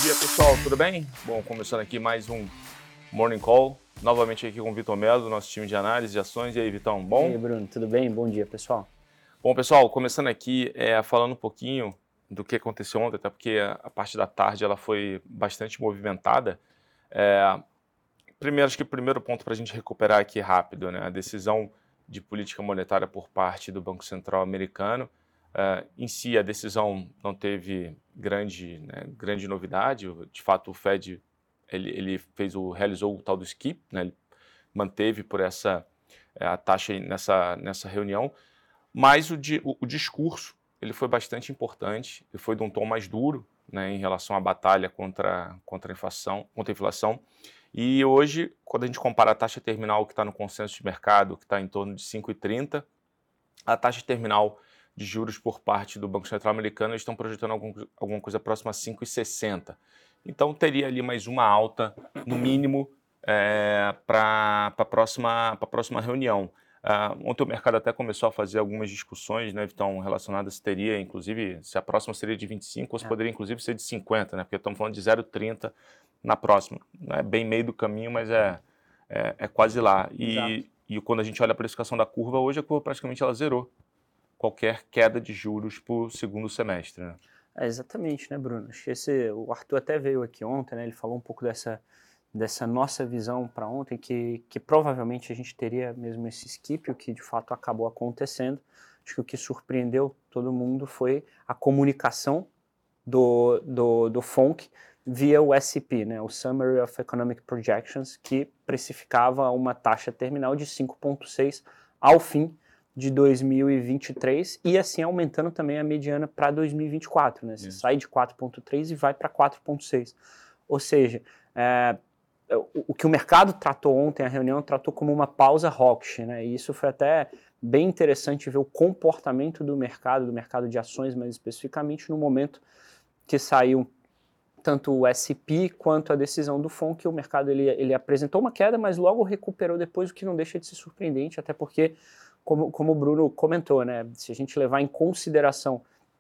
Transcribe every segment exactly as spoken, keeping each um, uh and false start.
dia, pessoal, tudo bem? Bom, começando aqui mais um Morning Call, novamente aqui com o Vitor Melo, do nosso time de análise de ações. E aí, Vitão, bom? E aí, Bruno, tudo bem? Bom dia, pessoal. Bom, pessoal, começando aqui, é, falando um pouquinho do que aconteceu ontem, até porque a parte da tarde ela foi bastante movimentada. É, primeiro, acho que o primeiro ponto para a gente recuperar aqui rápido, né, a decisão de política monetária por parte do Banco Central americano. Uh, em si, a decisão não teve grande, né, grande novidade. De fato, o Fed ele, ele fez o, realizou o tal do skip, né, ele manteve por essa a taxa nessa, nessa reunião, mas o, di, o, o discurso ele foi bastante importante, ele foi de um tom mais duro, né, em relação à batalha contra, contra, a inflação, contra a inflação. E hoje, quando a gente compara a taxa terminal que está no consenso de mercado, que está em torno de cinco vírgula trinta, a taxa terminal de juros por parte do Banco Central americano, eles estão projetando algum, alguma coisa próxima a cinco vírgula sessenta. Então, teria ali mais uma alta, no mínimo, é, para a próxima, a próxima reunião. Uh, ontem o mercado até começou a fazer algumas discussões, né, então, relacionadas se teria, inclusive, se a próxima seria de vinte e cinco, ou se é. poderia, inclusive, ser de cinquenta, né, porque estamos falando de zero vírgula trinta na próxima. Não é bem meio do caminho, mas é, é, é quase lá. E, e quando a gente olha a precificação da curva, hoje a curva praticamente ela zerou qualquer queda de juros para o segundo semestre. Né? É, exatamente, né, Bruno? Acho que esse, o Arthur até veio aqui ontem, né, ele falou um pouco dessa, dessa nossa visão para ontem, que, que provavelmente a gente teria mesmo esse skip, o que de fato acabou acontecendo. Acho que o que surpreendeu todo mundo foi a comunicação do, do, do F O N C via o S P, né, o Summary of Economic Projections, que precificava uma taxa terminal de cinco vírgula seis ao fim de dois mil e vinte e três e assim aumentando também a mediana para dois mil e vinte e quatro, né? Você Isso. sai de quatro vírgula três e vai para quatro vírgula seis. Ou seja, é, o, o que o mercado tratou ontem, a reunião tratou como uma pausa hawkish, né? E isso foi até bem interessante ver o comportamento do mercado, do mercado de ações mais especificamente, no momento que saiu tanto o S P quanto a decisão do F O N C, o mercado ele, ele apresentou uma queda, mas logo recuperou depois, o que não deixa de ser surpreendente, até porque Como, como o Bruno comentou, né, se a gente levar em consideração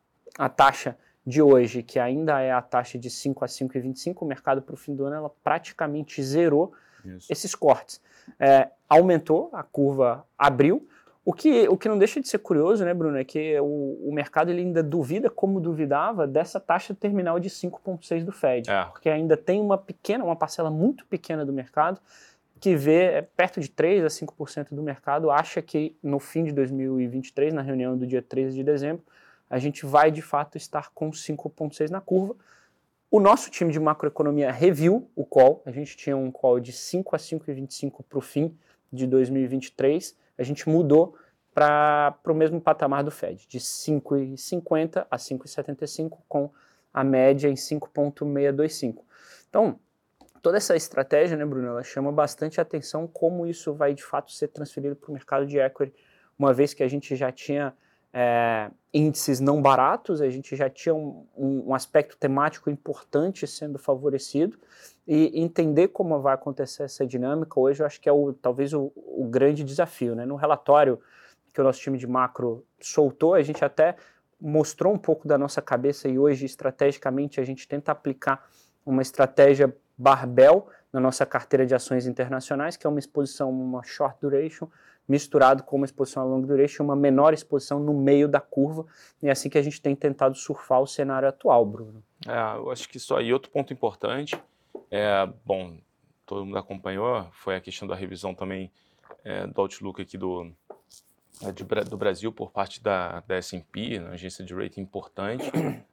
a taxa de hoje, que ainda é a taxa de cinco a cinco vírgula vinte e cinco, o mercado para o fim do ano ela praticamente zerou Isso. esses cortes. É, aumentou, a curva abriu, o que, o que não deixa de ser curioso, né, Bruno, é que o, o mercado ele ainda duvida, como duvidava, dessa taxa terminal de cinco vírgula seis do Fed, é. porque ainda tem uma pequena, uma parcela muito pequena do mercado que vê perto de três a cinco por cento do mercado, acha que no fim de dois mil e vinte e três, na reunião do dia treze de dezembro, a gente vai de fato estar com cinco vírgula seis na curva. O nosso time de macroeconomia reviu o call, a gente tinha um call de cinco a cinco vírgula vinte e cinco para o fim de dois mil e vinte e três, a gente mudou para o mesmo patamar do Fed, de cinco vírgula cinquenta a cinco vírgula setenta e cinco, com a média em cinco vírgula seiscentos e vinte e cinco. Então, toda essa estratégia, né, Bruno, ela chama bastante atenção como isso vai, de fato, ser transferido para o mercado de equity, uma vez que a gente já tinha é, índices não baratos, a gente já tinha um, um, um aspecto temático importante sendo favorecido, e entender como vai acontecer essa dinâmica hoje, eu acho que é o, talvez o, o grande desafio. Né? No relatório que o nosso time de macro soltou, a gente até mostrou um pouco da nossa cabeça, e hoje, estrategicamente, a gente tenta aplicar uma estratégia barbell na nossa carteira de ações internacionais, que é uma exposição, uma short duration, misturado com uma exposição a long duration, uma menor exposição no meio da curva, e é assim que a gente tem tentado surfar o cenário atual, Bruno. É, eu acho que isso aí, outro ponto importante, é, bom, todo mundo acompanhou, foi a questão da revisão também é, do outlook aqui do, é, de, do Brasil por parte da, da S and P, uma agência de rating importante,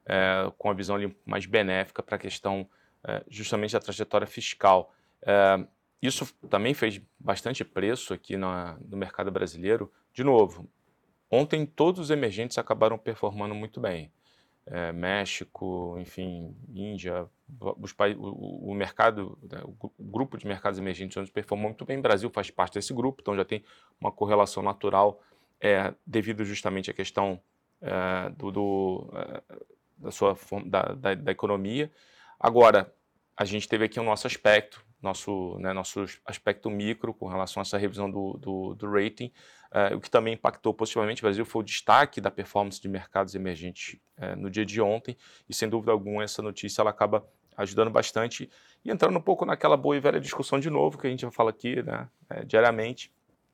é, com a visão ali mais benéfica para a questão É, justamente a trajetória fiscal. É, isso também fez bastante preço aqui na, no mercado brasileiro. De novo, ontem todos os emergentes acabaram performando muito bem. É, México, enfim, Índia, os, o, o mercado, né, o grupo de mercados emergentes performou muito bem. O Brasil faz parte desse grupo, então já tem uma correlação natural é, devido justamente à questão é, do, do, é, da, sua, da, da, da economia. Agora, a gente teve aqui o nosso aspecto, nosso, né, nosso aspecto micro com relação a essa revisão do, do, do rating, uh, o que também impactou positivamente. O Brasil foi o destaque da performance de mercados emergentes uh, no dia de ontem, e sem dúvida alguma essa notícia ela acaba ajudando bastante e entrando um pouco naquela boa e velha discussão de novo, que a gente já fala aqui, né, é, diariamente,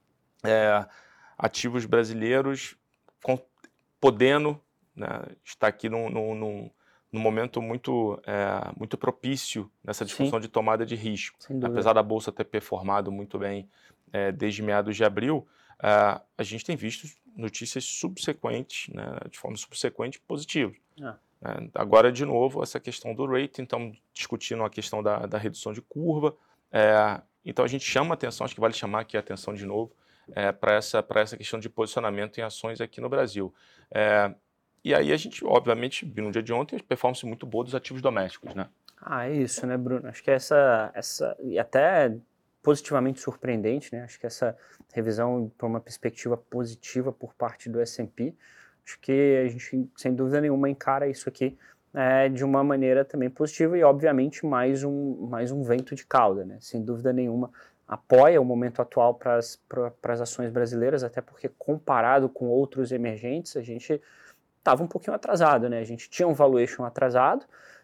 é, ativos brasileiros com, podendo, né, estar aqui num, num, num, num momento muito, é, muito propício nessa discussão Sim, de tomada de risco. sem dúvida. Apesar da Bolsa ter performado muito bem é, desde meados de abril, é, a gente tem visto notícias subsequentes, né, de forma subsequente, positivas. Ah. É, agora, de novo, essa questão do rating, então discutindo a questão da, da redução de curva. É, então a gente chama atenção, acho que vale chamar aqui a atenção de novo, é, para essa, para essa questão de posicionamento em ações aqui no Brasil. É, e aí a gente, obviamente, viu no dia de ontem a performance muito boa dos ativos domésticos, né? Ah, é isso, né, Bruno? Acho que essa, essa e até positivamente surpreendente, né? Acho que essa revisão para uma perspectiva positiva por parte do S and P, acho que a gente, sem dúvida nenhuma, encara isso aqui é, de uma maneira também positiva e, obviamente, mais um, mais um vento de cauda, né? Sem dúvida nenhuma, apoia o momento atual para as ações brasileiras, até porque, comparado com outros emergentes, a gente estava um pouquinho atrasado, né? A gente tinha um valuation atrasado,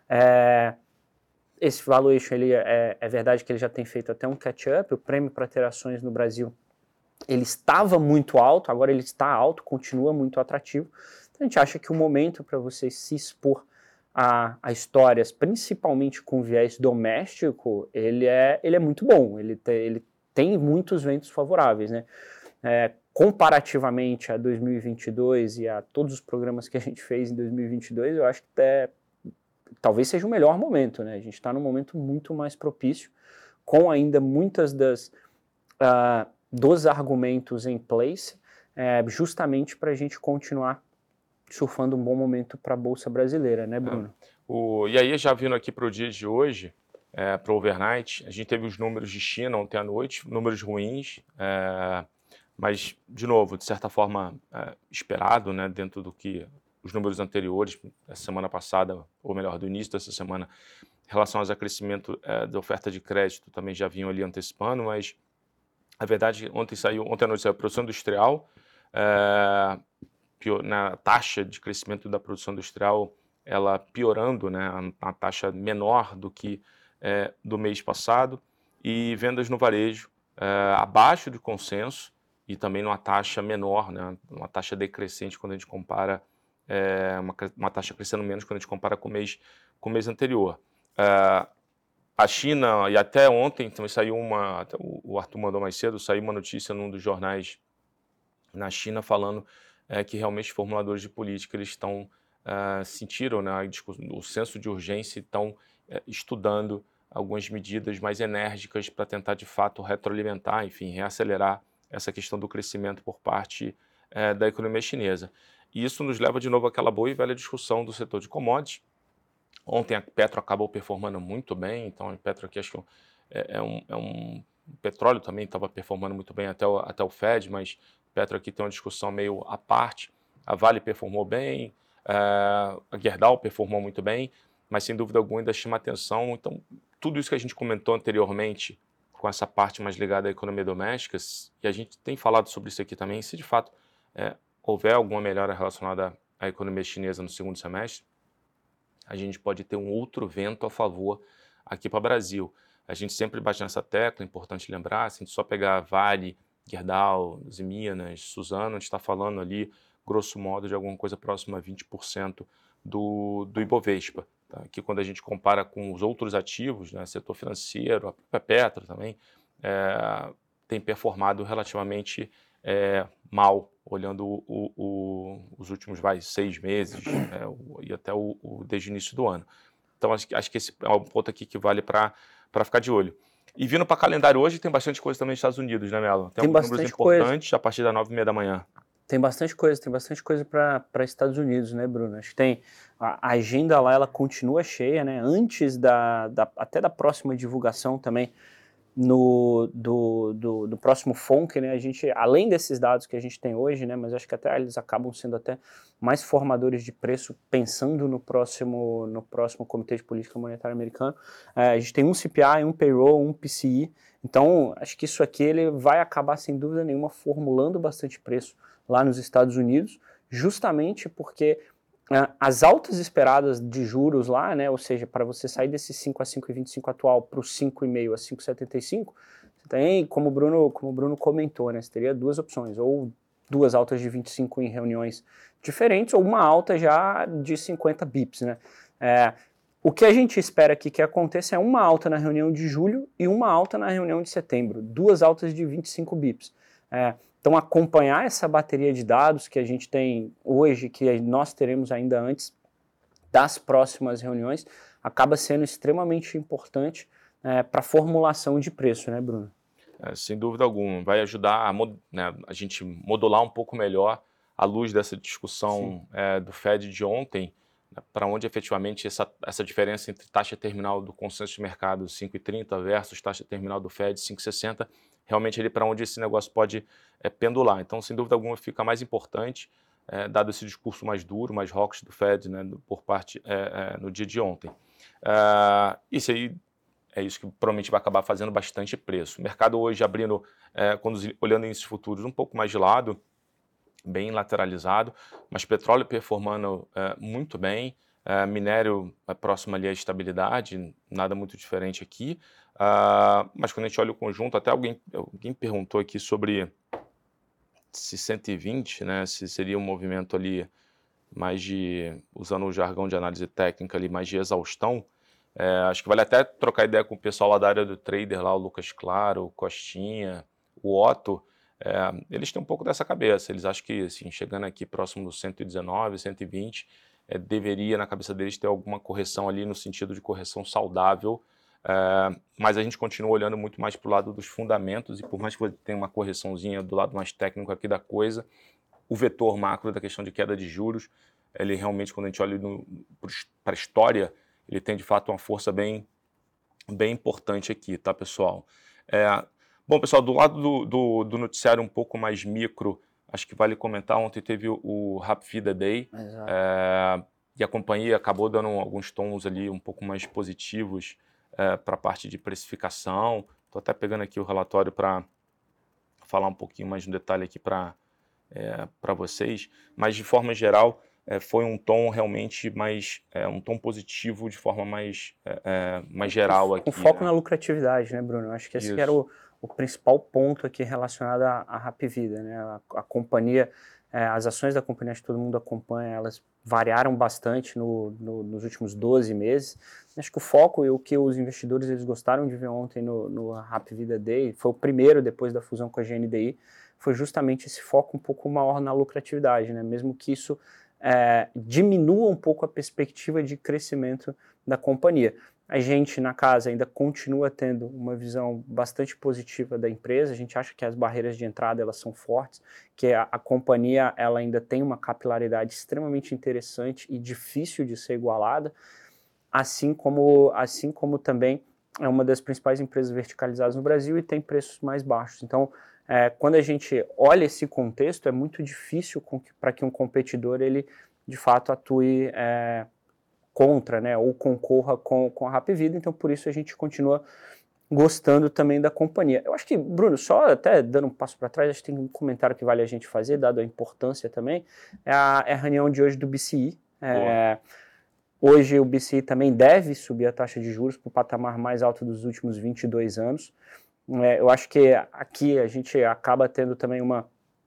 é, esse valuation, ele é, é verdade que ele já tem feito até um catch-up, o prêmio para ter ações no Brasil, ele estava muito alto, agora ele está alto, continua muito atrativo. Então a gente acha que o momento para você se expor a, a histórias, principalmente com viés doméstico, ele é, ele é muito bom, ele, te, ele tem muitos ventos favoráveis, né? É, comparativamente a dois mil e vinte e dois e a todos os programas que a gente fez em dois mil e vinte e dois, eu acho que é talvez seja o melhor momento, né? A gente está num momento muito mais propício, com ainda muitas das uh, dos argumentos em place, é, justamente para a gente continuar surfando um bom momento para a Bolsa Brasileira, né, Bruno? É. O, e aí, já vindo aqui para o dia de hoje, é, para o overnight, a gente teve os números de China ontem à noite, números ruins, é, mas, de novo, de certa forma, é, esperado, né, dentro do que os números anteriores, da semana passada, ou melhor, do início dessa semana, relacionados ao crescimento é, da oferta de crédito, também já vinham ali antecipando, mas a verdade, ontem saiu, ontem à noite saiu a produção industrial, é, pior, na taxa de crescimento da produção industrial, ela piorando, né, a, a taxa menor do que é, do mês passado, e vendas no varejo é, abaixo do consenso, e também numa taxa menor, né, uma taxa decrescente quando a gente compara, é, uma, uma taxa crescendo menos quando a gente compara com o mês, com o mês anterior. É, a China, e até ontem também saiu uma, até o Arthur mandou mais cedo, saiu uma notícia num dos jornais na China falando é, que realmente os formuladores de política eles estão, uh, sentiram, né, o senso de urgência e estão uh, estudando algumas medidas mais enérgicas para tentar de fato retroalimentar, enfim, reacelerar essa questão do crescimento por parte uh, da economia chinesa. E isso nos leva de novo àquela boa e velha discussão do setor de commodities. Ontem a Petro acabou performando muito bem, então a Petro aqui acho que é, é, um, é um... O petróleo também estava performando muito bem até o, até o Fed, mas Petro aqui tem uma discussão meio à parte. A Vale performou bem, uh, a Gerdau performou muito bem, mas sem dúvida alguma ainda chama atenção. Então, tudo isso que a gente comentou anteriormente, com essa parte mais ligada à economia doméstica, e a gente tem falado sobre isso aqui também, se de fato é, houver alguma melhora relacionada à economia chinesa no segundo semestre, a gente pode ter um outro vento a favor aqui para o Brasil. A gente sempre bate nessa tecla, é importante lembrar, se a gente só pegar Vale, Gerdau, Minas, Suzano, a gente está falando ali, grosso modo, de alguma coisa próxima a vinte por cento do, do Ibovespa. Tá? Que quando a gente compara com os outros ativos, né, setor financeiro, a própria Petro também, é, tem performado relativamente é, mal, olhando o, o, os últimos vai, seis meses é, o, e até o, o, desde o início do ano. Então, acho que, acho que esse é um ponto aqui que vale para ficar de olho. E vindo para calendário hoje, tem bastante coisa também nos Estados Unidos, né, Melo? Tem, tem alguns números importantes coisa. A partir das nove e meia da manhã. Tem bastante coisa, tem bastante coisa para Estados Unidos, né, Bruno? Acho que tem a agenda lá, ela continua cheia, né? Antes da, da até da próxima divulgação também no, do, do, do próximo F O N C, né? A gente, além desses dados que a gente tem hoje, né? Mas acho que até eles acabam sendo até mais formadores de preço pensando no próximo, no próximo Comitê de Política Monetária americano. É, a gente tem um C P I, um payroll, um P C I. Então, acho que isso aqui ele vai acabar, sem dúvida nenhuma, formulando bastante preço lá nos Estados Unidos, justamente porque as altas esperadas de juros lá, né, ou seja, para você sair desse cinco a cinco vírgula vinte e cinco atual para o cinco vírgula cinco a cinco vírgula setenta e cinco, você tem, como o Bruno, como o Bruno comentou, né, você teria duas opções, ou duas altas de vinte e cinco em reuniões diferentes, ou uma alta já de cinquenta bips, né. É, o que a gente espera aqui que aconteça é uma alta na reunião de julho e uma alta na reunião de setembro, duas altas de vinte e cinco bips. É, então, acompanhar essa bateria de dados que a gente tem hoje, que nós teremos ainda antes das próximas reuniões, acaba sendo extremamente importante é, para a formulação de preço, né, Bruno? É, sem dúvida alguma. Vai ajudar a, né, a gente modular um pouco melhor à luz dessa discussão é, do Fed de ontem, né, para onde efetivamente essa, essa diferença entre taxa terminal do consenso de mercado cinco vírgula trinta versus taxa terminal do Fed cinco vírgula sessenta, realmente ele para onde esse negócio pode é, pendular. Então, sem dúvida alguma, fica mais importante, é, dado esse discurso mais duro, mais hawkish do Fed, né, por parte é, é, no dia de ontem. Uh, isso aí é isso que provavelmente vai acabar fazendo bastante preço. O mercado hoje abrindo, é, quando, olhando esses futuros, um pouco mais de lado, bem lateralizado, mas petróleo performando é, muito bem, é, minério é, próximo ali à estabilidade, nada muito diferente aqui, uh, mas quando a gente olha o conjunto, até alguém, alguém perguntou aqui sobre se cento e vinte, né, se seria um movimento ali mais de, usando o jargão de análise técnica ali, mais de exaustão. É, acho que vale até trocar ideia com o pessoal lá da área do trader, lá o Lucas Claro, o Costinha, o Otto. É, eles têm um pouco dessa cabeça, eles acham que assim, chegando aqui próximo do cento e dezenove, cento e vinte, é, deveria na cabeça deles ter alguma correção ali no sentido de correção saudável, é, mas a gente continua olhando muito mais para o lado dos fundamentos e por mais que tenha uma correçãozinha do lado mais técnico aqui da coisa, o vetor macro da questão de queda de juros, ele realmente quando a gente olha para a história, ele tem de fato uma força bem, bem importante aqui, tá, pessoal? É, bom, pessoal, do lado do, do, do noticiário um pouco mais micro, acho que vale comentar, ontem teve o, o Hapvida Day, é, e a companhia acabou dando alguns tons ali um pouco mais positivos é, para a parte de precificação. Estou até pegando aqui o relatório para falar um pouquinho mais no detalhe aqui para é, para vocês, mas de forma geral, É, foi um tom realmente mais, é, um tom positivo de forma mais, é, é, mais geral aqui. Com foco né? na lucratividade, né, Bruno? Acho que esse Isso. que era o, o principal ponto aqui relacionado à, à Hapvida, né? A, a companhia, é, as ações da companhia, acho que todo mundo acompanha, elas variaram bastante no, no, nos últimos doze meses. Acho que o foco e o que os investidores eles gostaram de ver ontem no, no Hapvida Day, foi o primeiro depois da fusão com a G N D I, foi justamente esse foco um pouco maior na lucratividade, né? Mesmo que isso É, diminua um pouco a perspectiva de crescimento da companhia. A gente na casa ainda continua tendo uma visão bastante positiva da empresa, a gente acha que as barreiras de entrada elas são fortes, que a, a companhia ela ainda tem uma capilaridade extremamente interessante e difícil de ser igualada, assim como, assim como também é uma das principais empresas verticalizadas no Brasil e tem preços mais baixos. Então, É, quando a gente olha esse contexto, é muito difícil para que um competidor ele de fato atue é, contra, né, ou concorra com, com a Hapvida, então por isso a gente continua gostando também da companhia. Eu acho que, Bruno, só até dando um passo para trás, acho que tem um comentário que vale a gente fazer, dado a importância também, é a, é a reunião de hoje do B C I. É, hoje o B C I também deve subir a taxa de juros para o patamar mais alto dos últimos vinte e dois anos. É, eu acho que aqui a gente acaba tendo também uma,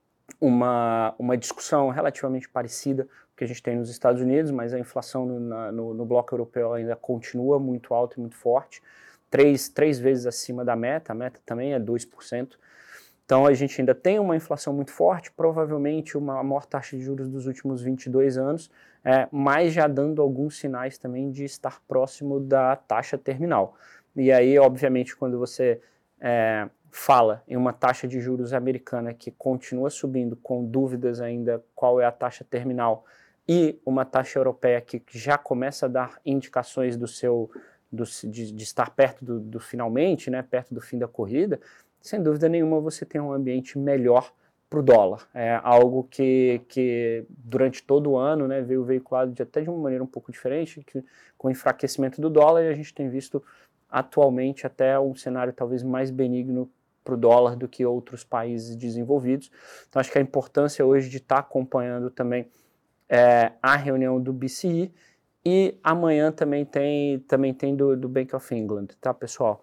uma, uma discussão relativamente parecida com o que a gente tem nos Estados Unidos, mas a inflação no, na, no, no bloco europeu ainda continua muito alta e muito forte, três, três vezes acima da meta, a meta também é dois por cento. Então a gente ainda tem uma inflação muito forte, provavelmente uma maior taxa de juros dos últimos vinte e dois anos, é, mas já dando alguns sinais também de estar próximo da taxa terminal. E aí, obviamente, quando você É, fala em uma taxa de juros americana que continua subindo, com dúvidas ainda qual é a taxa terminal, e uma taxa europeia que já começa a dar indicações do seu, do, de, de estar perto do, do finalmente, né, perto do fim da corrida, sem dúvida nenhuma você tem um ambiente melhor para o dólar. É algo que, que durante todo o ano, né, veio veiculado de, até de uma maneira um pouco diferente, que, com o enfraquecimento do dólar, e a gente tem visto atualmente até um cenário talvez mais benigno para o dólar do que outros países desenvolvidos. Então acho que a importância hoje de estar acompanhando também é, a reunião do B C E e amanhã também tem, também tem do, do Bank of England, tá, pessoal?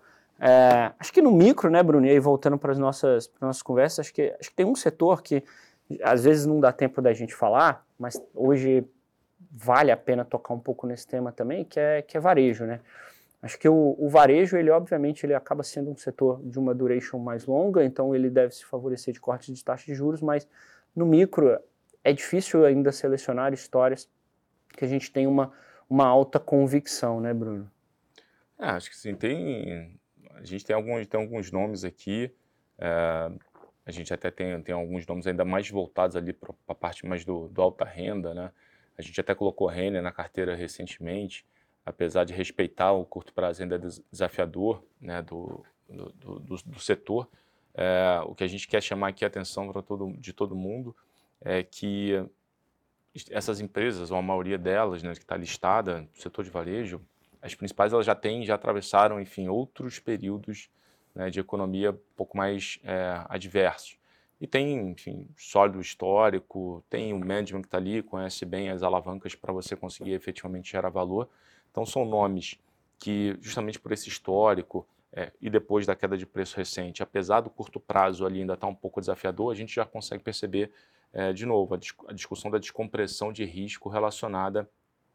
É, acho que no micro, né, Bruno, e aí voltando para as nossas, para nossas conversas, acho que, acho que tem um setor que às vezes não dá tempo da gente falar, mas hoje vale a pena tocar um pouco nesse tema também, que é, que é varejo, né? Acho que o, o varejo, ele obviamente ele acaba sendo um setor de uma duration mais longa, então ele deve se favorecer de cortes de taxa de juros, mas no micro é difícil ainda selecionar histórias que a gente tem uma, uma alta convicção, né, Bruno? É, acho que sim, tem, a gente tem alguns, tem alguns nomes aqui, é, a gente até tem, tem alguns nomes ainda mais voltados ali para a parte mais do, do alta renda, né? A gente até colocou Renner na carteira recentemente, apesar de respeitar o curto prazo ainda desafiador, né, do, do, do, do setor. É, o que a gente quer chamar aqui a atenção para todo, de todo mundo é que essas empresas, ou a maioria delas, né, que está listada no setor de varejo, as principais elas já têm, já atravessaram, enfim, outros períodos, né, de economia um pouco mais é, adversos. E tem, enfim, sólido histórico, tem o management que está ali, conhece bem as alavancas para você conseguir efetivamente gerar valor. Então são nomes que, justamente por esse histórico é, e depois da queda de preço recente, apesar do curto prazo ali ainda estar tá um pouco desafiador, a gente já consegue perceber, é, de novo, a, dis a discussão da descompressão de risco relacionada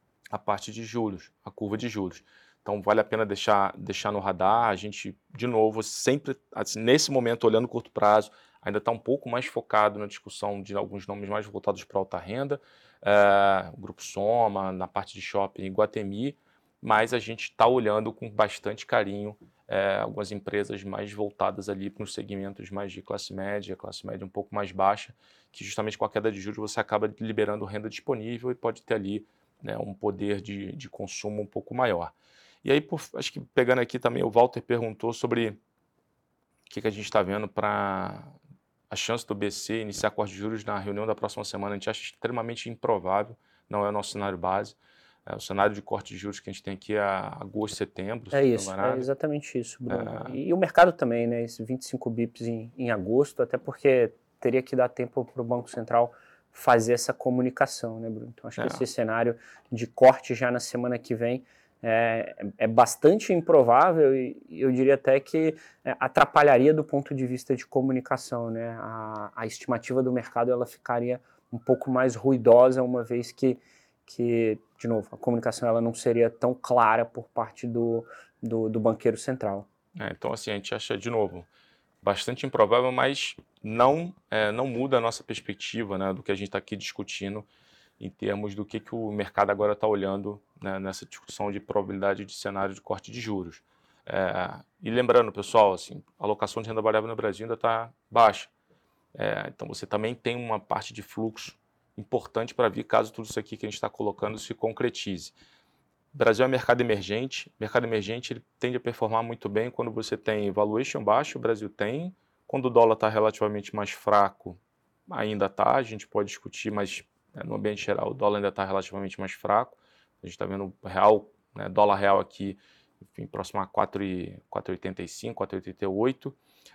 à parte de juros, a curva de juros. Então vale a pena deixar, deixar no radar, a gente, de novo, sempre, assim, nesse momento, olhando o curto prazo, ainda está um pouco mais focado na discussão de alguns nomes mais voltados para alta renda, é, o Grupo Soma, na parte de shopping Iguatemi, mas a gente está olhando com bastante carinho é, algumas empresas mais voltadas ali para os segmentos mais de classe média, classe média um pouco mais baixa, que justamente com a queda de juros você acaba liberando renda disponível e pode ter ali, né, um poder de, de consumo um pouco maior. E aí, por, acho que pegando aqui também, o Walter perguntou sobre o que, que a gente está vendo para a chance do B C iniciar corte de juros na reunião da próxima semana. A gente acha extremamente improvável, não é o nosso cenário base. É, o cenário de corte de juros que a gente tem aqui é agosto, setembro. É isso, é exatamente isso, Bruno. É... E, e o mercado também, né? Esses vinte e cinco bips em, em agosto, até porque teria que dar tempo para o Banco Central fazer essa comunicação, né, Bruno? Então acho é. que esse cenário de corte já na semana que vem é, é bastante improvável e eu diria até que atrapalharia do ponto de vista de comunicação, né? A, a estimativa do mercado ela ficaria um pouco mais ruidosa, uma vez que, que, de novo, a comunicação ela não seria tão clara por parte do, do, do banqueiro central. É, então, assim, a gente acha, de novo, bastante improvável, mas não, é, não muda a nossa perspectiva, né, do que a gente está aqui discutindo em termos do que, que o mercado agora está olhando, né, nessa discussão de probabilidade de cenário de corte de juros. É, e lembrando, pessoal, assim, a alocação de renda variável no Brasil ainda está baixa. É, então você também tem uma parte de fluxo importante para vir caso tudo isso aqui que a gente está colocando se concretize. O Brasil é mercado emergente, mercado emergente ele tende a performar muito bem quando você tem valuation baixo, o Brasil tem, quando o dólar está relativamente mais fraco, ainda está, a gente pode discutir, mas né, no ambiente geral o dólar ainda está relativamente mais fraco, a gente está vendo o real, né, dólar real aqui, enfim, próximo a quatro vírgula oitenta e cinco, quatro vírgula oitenta e oito,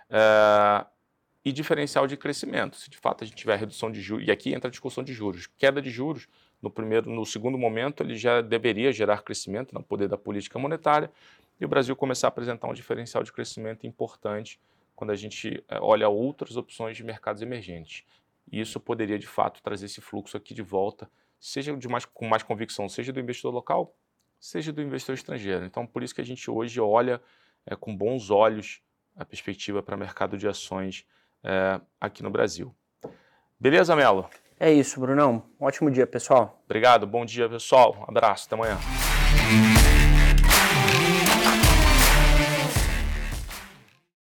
é, e diferencial de crescimento, se de fato a gente tiver redução de juros, e aqui entra a discussão de juros, queda de juros, no primeiro, no segundo momento ele já deveria gerar crescimento no poder da política monetária, e o Brasil começar a apresentar um diferencial de crescimento importante quando a gente olha outras opções de mercados emergentes. E isso poderia de fato trazer esse fluxo aqui de volta, seja de mais, com mais convicção, seja do investidor local, seja do investidor estrangeiro. Então por isso que a gente hoje olha é, com bons olhos a perspectiva para o mercado de ações É, aqui no Brasil. Beleza, Melo? É isso, Brunão. Um ótimo dia, pessoal. Obrigado, bom dia, pessoal. Um abraço, até amanhã.